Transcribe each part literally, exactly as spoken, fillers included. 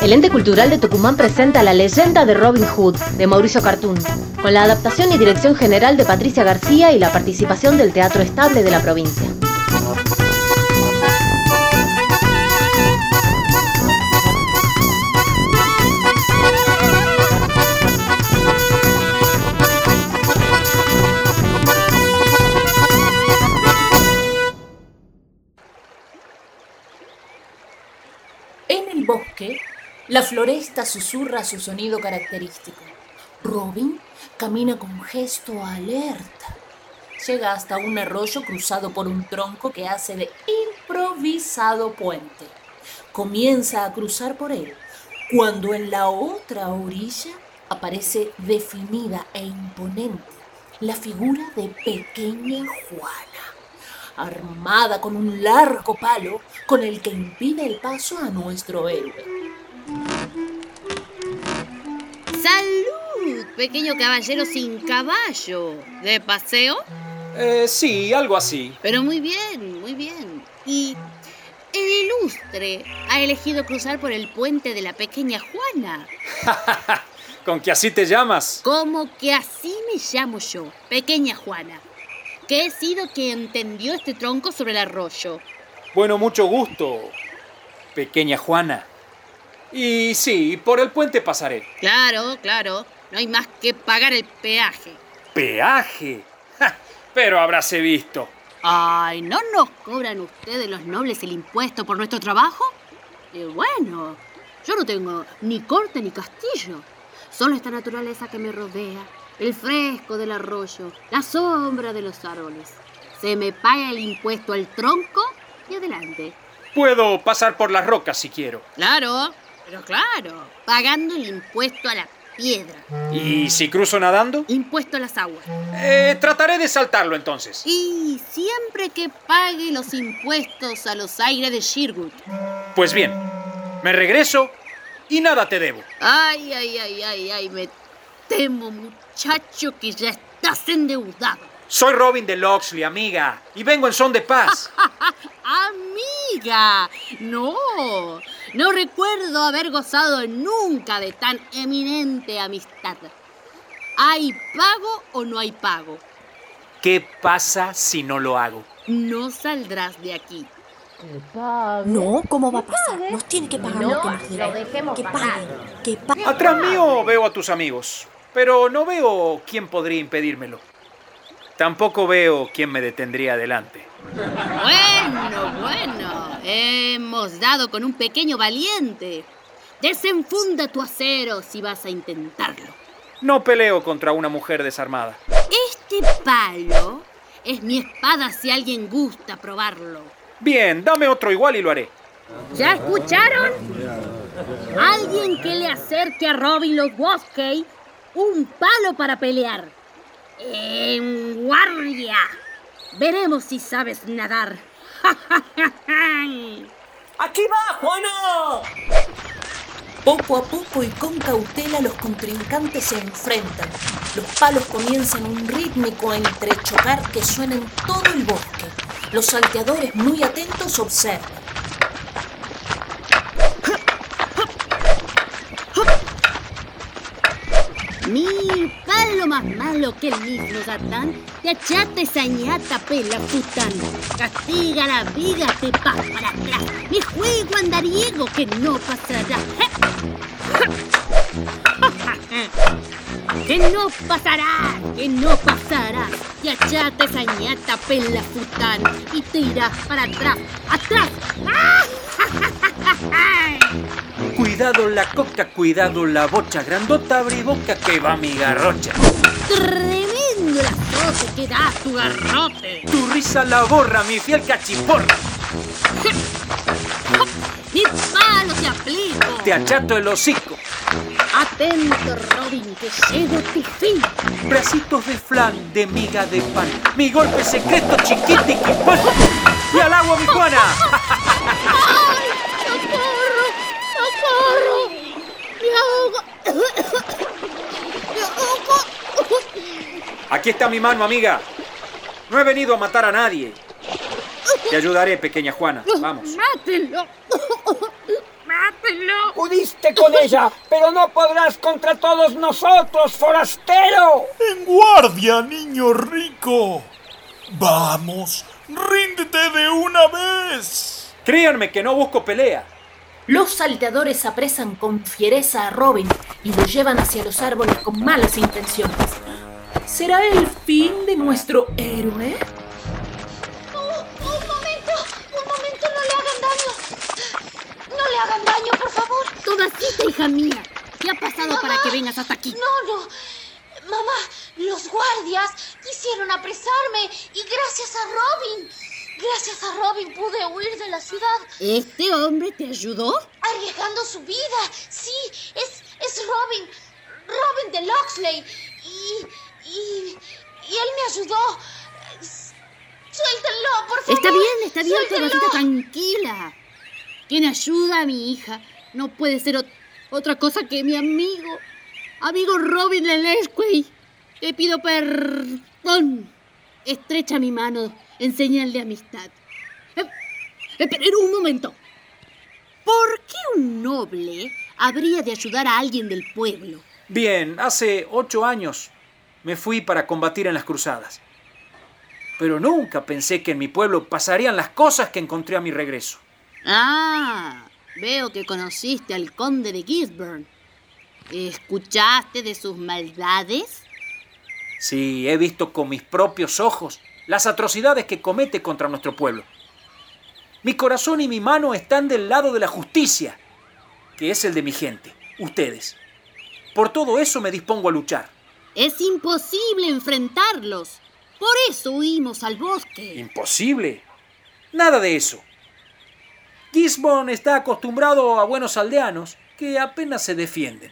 El Ente Cultural de Tucumán presenta La leyenda de Robin Hood, de Mauricio Cartún, con la adaptación y dirección general de Patricia García y la participación del Teatro Estable de la provincia. En el bosque, la floresta susurra su sonido característico. Robin camina con gesto alerta. Llega hasta un arroyo cruzado por un tronco que hace de improvisado puente. Comienza a cruzar por él, cuando en la otra orilla aparece definida e imponente la figura de Pequeña Juana, armada con un largo palo con el que impide el paso a nuestro héroe. ¡Salud, pequeño caballero sin caballo! ¿De paseo? Eh, sí, algo así. Pero muy bien, muy bien. Y el ilustre ha elegido cruzar por el puente de la Pequeña Juana. ¿Con que así te llamas? ¿Cómo que así me llamo yo, Pequeña Juana? Que he sido quien tendió este tronco sobre el arroyo. Bueno, mucho gusto, Pequeña Juana. Y sí, por el puente pasaré. Claro, claro. No hay más que pagar el peaje. ¿Peaje? ¡Ja! Pero habráse visto. Ay, ¿no nos cobran ustedes los nobles el impuesto por nuestro trabajo? Y bueno, yo no tengo ni corte ni castillo. Solo esta naturaleza que me rodea, el fresco del arroyo, la sombra de los árboles. Se me paga el impuesto al tronco y adelante. Puedo pasar por las rocas si quiero. Claro, pero claro, pagando el impuesto a la piedra. ¿Y si cruzo nadando? Impuesto a las aguas. Eh, trataré de saltarlo entonces. Y siempre que pague los impuestos a los aires de Sherwood. Pues bien, me regreso y nada te debo. Ay, ay, ay, ay, ay, me temo, muchacho, que ya estás endeudado. Soy Robin de Locksley, amiga, y vengo en son de paz. ¡Amiga! No, no recuerdo haber gozado nunca de tan eminente amistad. ¿Hay pago o no hay pago? ¿Qué pasa si no lo hago? No saldrás de aquí. No, ¿cómo va a pasar? Nos tiene que pagar No, lo que nos debe. lo dejemos Que pasar. paguen, que paguen. Atrás mío veo a tus amigos, pero no veo quién podría impedírmelo. Tampoco veo quién me detendría adelante. Bueno, bueno, hemos dado con un pequeño valiente. Desenfunda tu acero si vas a intentarlo. No peleo contra una mujer desarmada. Este palo es mi espada si alguien gusta probarlo. Bien, dame otro igual y lo haré. ¿Ya escucharon? Alguien que le acerque a Robin Lodwosky un palo para pelear. ¡En guardia! Veremos si sabes nadar. ¡Aquí va, Juana! Poco a poco y con cautela los contrincantes se enfrentan. Los palos comienzan un rítmico entrechocar que suena en todo el bosque. Los salteadores muy atentos observan. Mi palo más malo que el mismo Satán, te achata esa ñata pela fután. Castiga la viga, te vas para atrás. Mi juego andariego que no pasará. Que no pasará, que no pasará. Te achata esa ñata pela fután y te irás para atrás, atrás. Cuidado la coca, cuidado la bocha, grandota abrí boca que va mi garrocha. Tremendo el azote que da tu garrote. Tu risa la borra, mi fiel cachiporra. Mi palo te aplico. Te achato el hocico. Atento, Robin, que llego a tu fin. Bracitos de flan, de miga de pan. Mi golpe secreto chiquitiquipán. ¡Y al agua, mi Juana! ¡Ay, socorro! ¡Socorro! ¡Me ahogo! ¡Me ahogo! Aquí está mi mano, amiga. No he venido a matar a nadie. Te ayudaré, pequeña Juana. Vamos. ¡Mátenlo! ¡Mátelo! Pudiste con ella, pero no podrás contra todos nosotros, forastero. ¡En guardia, niño rico! ¡Vamos! ¡Ríndete de una vez! Créanme que no busco pelea. Los salteadores apresan con fiereza a Robin y lo llevan hacia los árboles con malas intenciones. ¿Será el fin de nuestro héroe? Oh, un momento, un momento, no le hagan daño. No le hagan daño, por favor. Todacita, hija mía. ¿Qué ha pasado Mamá, para que vengas hasta aquí? No, no. Mamá, los guardias quisieron apresarme y gracias a Robin, gracias a Robin pude huir de la ciudad. ¿Este hombre te ayudó? Arriesgando su vida. Sí, es, es Robin. Robin de Locksley. Y, y, y él me ayudó. Suéltenlo, por favor. Está bien, está bien, Suéltenlo. Todacita, tranquila. ¿Quién ayuda a mi hija? No puede ser ot- otra cosa que mi amigo. Amigo Robin de Locksley. Te pido perdón. Estrecha mi mano en señal de amistad. Eh, eh, pero un momento. ¿Por qué un noble habría de ayudar a alguien del pueblo? Bien, hace ocho años me fui para combatir en las cruzadas. Pero nunca pensé que en mi pueblo pasarían las cosas que encontré a mi regreso. Ah, veo que conociste al conde de Gisborne. ¿Escuchaste de sus maldades? Sí, he visto con mis propios ojos las atrocidades que comete contra nuestro pueblo. Mi corazón y mi mano están del lado de la justicia, que es el de mi gente, ustedes. Por todo eso me dispongo a luchar. Es imposible enfrentarlos. Por eso huimos al bosque. ¿Imposible? Nada de eso. Gisborne está acostumbrado a buenos aldeanos que apenas se defienden.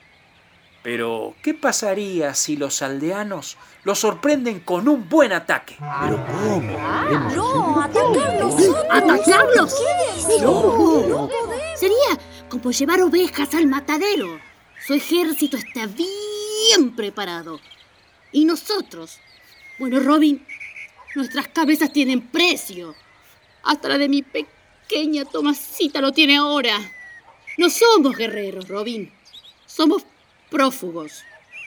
Pero, ¿qué pasaría si los aldeanos los sorprenden con un buen ataque? ¿Pero cómo? No, atacarlos. ¿Atacarlos? No, No. Sería como llevar ovejas al matadero. Su ejército está bien preparado. Y nosotros, bueno, Robin, nuestras cabezas tienen precio. Hasta la de mi pequeña Tomasita lo tiene ahora. No somos guerreros, Robin. Somos prófugos.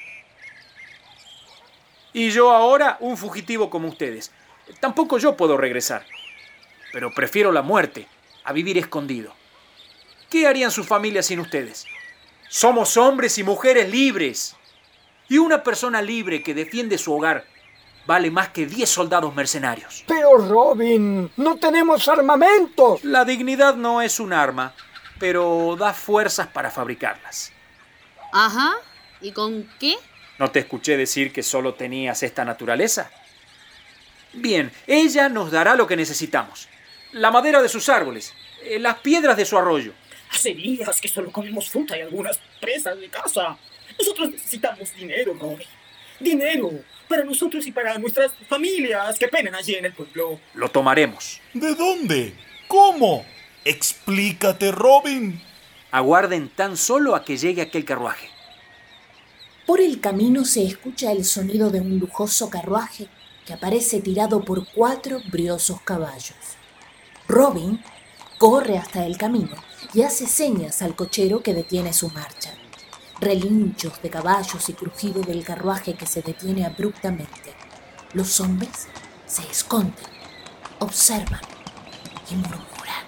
Y yo ahora un fugitivo como ustedes. Tampoco yo puedo regresar. Pero prefiero la muerte a vivir escondido. ¿Qué harían sus familias sin ustedes? Somos hombres y mujeres libres. Y una persona libre que defiende su hogar vale más que diez soldados mercenarios. Pero Robin, no tenemos armamentos. La dignidad no es un arma, pero da fuerzas para fabricarlas. Ajá. ¿Y con qué? ¿No te escuché decir que solo tenías esta naturaleza? Bien, ella nos dará lo que necesitamos. La madera de sus árboles, eh, las piedras de su arroyo. Hace días que solo comemos fruta y algunas presas de casa. Nosotros necesitamos dinero, Robin. Dinero para nosotros y para nuestras familias que penan allí en el pueblo. Lo tomaremos. ¿De dónde? ¿Cómo? Explícate, Robin. Aguarden tan solo a que llegue aquel carruaje. Por el camino se escucha el sonido de un lujoso carruaje que aparece tirado por cuatro briosos caballos. Robin corre hasta el camino y hace señas al cochero que detiene su marcha. Relinchos de caballos y crujido del carruaje que se detiene abruptamente. Los hombres se esconden, observan y murmuran.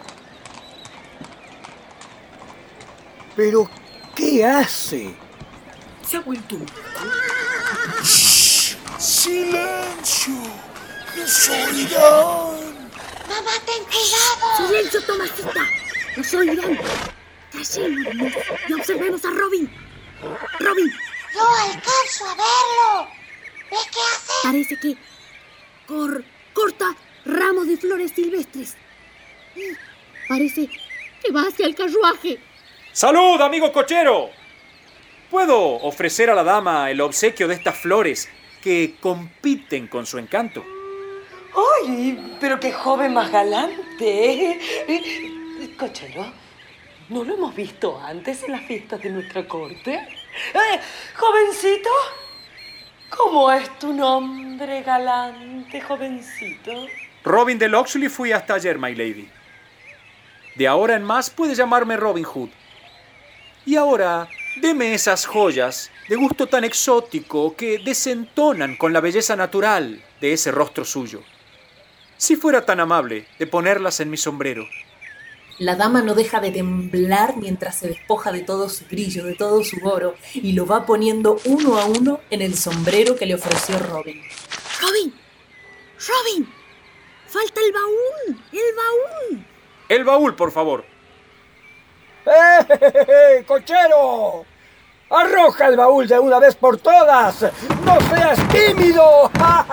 ¿Pero qué hace? Se ha vuelto un... ¡Shh! ¡Silencio! ¡Nos oirán! Mamá, ten cuidado. ¡Silencio, Tomasita! ¡Nos oirán! Callémonos y observemos a Robin. ¡Robin! Yo alcanzo a verlo. ¿Ves qué hace? Parece que cor- corta ramos de flores silvestres. Parece que va hacia el carruaje. ¡Salud, amigo cochero! ¿Puedo ofrecer a la dama el obsequio de estas flores que compiten con su encanto? ¡Ay! Pero qué joven más galante. ¿eh? Cochero, ¿no lo hemos visto antes en las fiestas de nuestra corte? Eh, jovencito, ¿cómo es tu nombre galante, jovencito? Robin de Locksley fui hasta ayer, my lady. De ahora en más puede llamarme Robin Hood. Y ahora, deme esas joyas de gusto tan exótico que desentonan con la belleza natural de ese rostro suyo. Si fuera tan amable de ponerlas en mi sombrero. La dama no deja de temblar mientras se despoja de todo su brillo, de todo su oro, y lo va poniendo uno a uno en el sombrero que le ofreció Robin. ¡Robin! ¡Robin! ¡Falta el baúl! ¡El baúl! El baúl, por favor. ¡Eh, eh, eh, eh, cochero! ¡Arroja el baúl de una vez por todas! ¡No seas tímido!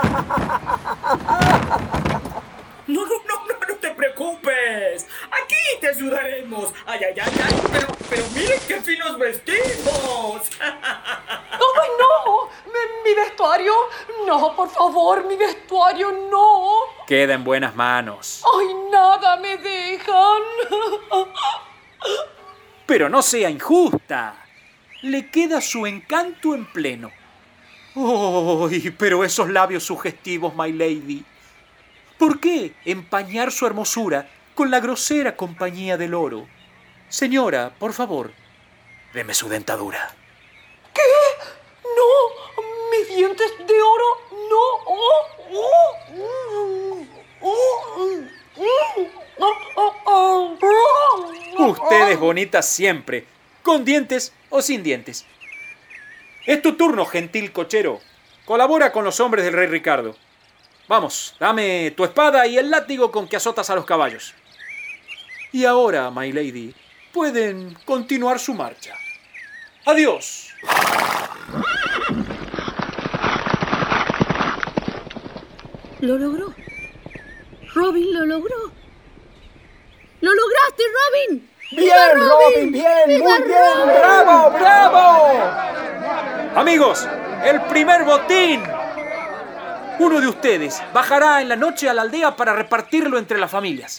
No, no, no, no, no te preocupes. Aquí te ayudaremos. Ay, ay, ay, ay. Pero, pero miren qué finos vestidos. ¡Ay, no! Mi, mi vestuario. No, por favor, mi vestuario no. Queda en buenas manos. ¡Ay, nada me dejan! Pero no sea injusta. Le queda su encanto en pleno. ¡Ay, pero esos labios sugestivos, my lady! ¿Por qué empañar su hermosura con la grosera compañía del oro? Señora, por favor, deme su dentadura. ¿Qué? No, mis dientes de oro, no. Oh, oh, mm, oh, mm, oh, oh, oh. Usted es bonita siempre, con dientes o sin dientes. Es tu turno, gentil cochero. Colabora con los hombres del rey Ricardo. Vamos, dame tu espada y el látigo con que azotas a los caballos. Y ahora, my lady, pueden continuar su marcha. ¡Adiós! Lo logró. Robin lo logró. ¡Lo lograste, Robin! ¡Bien, Robin! ¡Bien! ¡Muy bien! ¡Bravo! ¡Bravo! Amigos, el primer botín. Uno de ustedes bajará en la noche a la aldea para repartirlo entre las familias.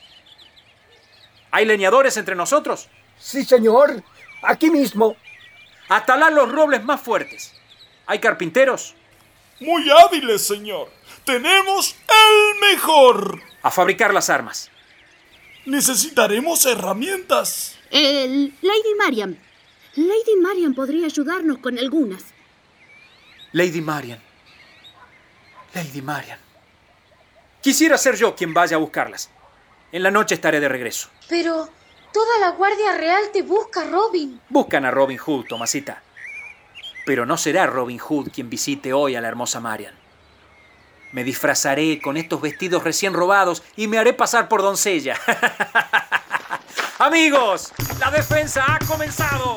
¿Hay leñadores entre nosotros? Sí, señor. Aquí mismo. A talar los robles más fuertes. ¿Hay carpinteros? Muy hábiles, señor. Tenemos el mejor. A fabricar las armas. Necesitaremos herramientas. El Lady Marian. Lady Marian podría ayudarnos con algunas. Lady Marian. Lady Marian. Quisiera ser yo quien vaya a buscarlas. En la noche estaré de regreso. Pero toda la Guardia Real te busca, Robin. Buscan a Robin Hood, Tomasita. Pero no será Robin Hood quien visite hoy a la hermosa Marian. Me disfrazaré con estos vestidos recién robados y me haré pasar por doncella. Amigos, la defensa ha comenzado.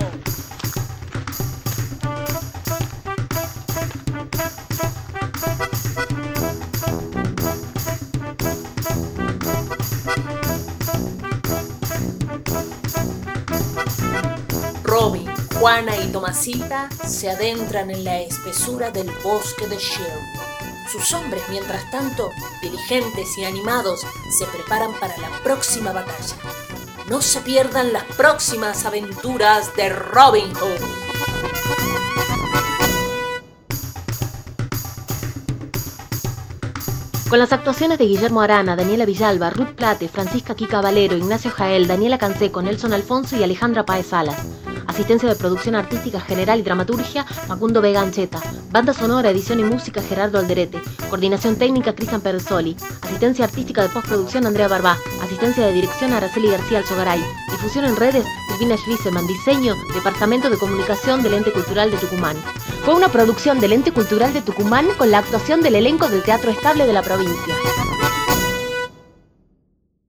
Robin, Juana y Tomasita se adentran en la espesura del bosque de Sherwood. Sus hombres, mientras tanto, diligentes y animados, se preparan para la próxima batalla. No se pierdan las próximas aventuras de Robin Hood. Con las actuaciones de Guillermo Arana, Daniela Villalba, Ruth Plate, Francisca Kika Valero, Ignacio Jael, Daniela Canseco, Nelson Alfonso y Alejandra Páez Salas. Asistencia de producción artística general y dramaturgia, Facundo Vega Ancheta. Banda sonora, edición y música, Gerardo Alderete. Coordinación técnica, Cristian Perzoli. Asistencia artística de postproducción, Andrea Barbá. Asistencia de dirección, Araceli García Alzogaray. Difusión en redes, Silvina Schwisseman. Diseño, Departamento de Comunicación del Ente Cultural de Tucumán. Fue una producción del Ente Cultural de Tucumán con la actuación del elenco del Teatro Estable de la provincia.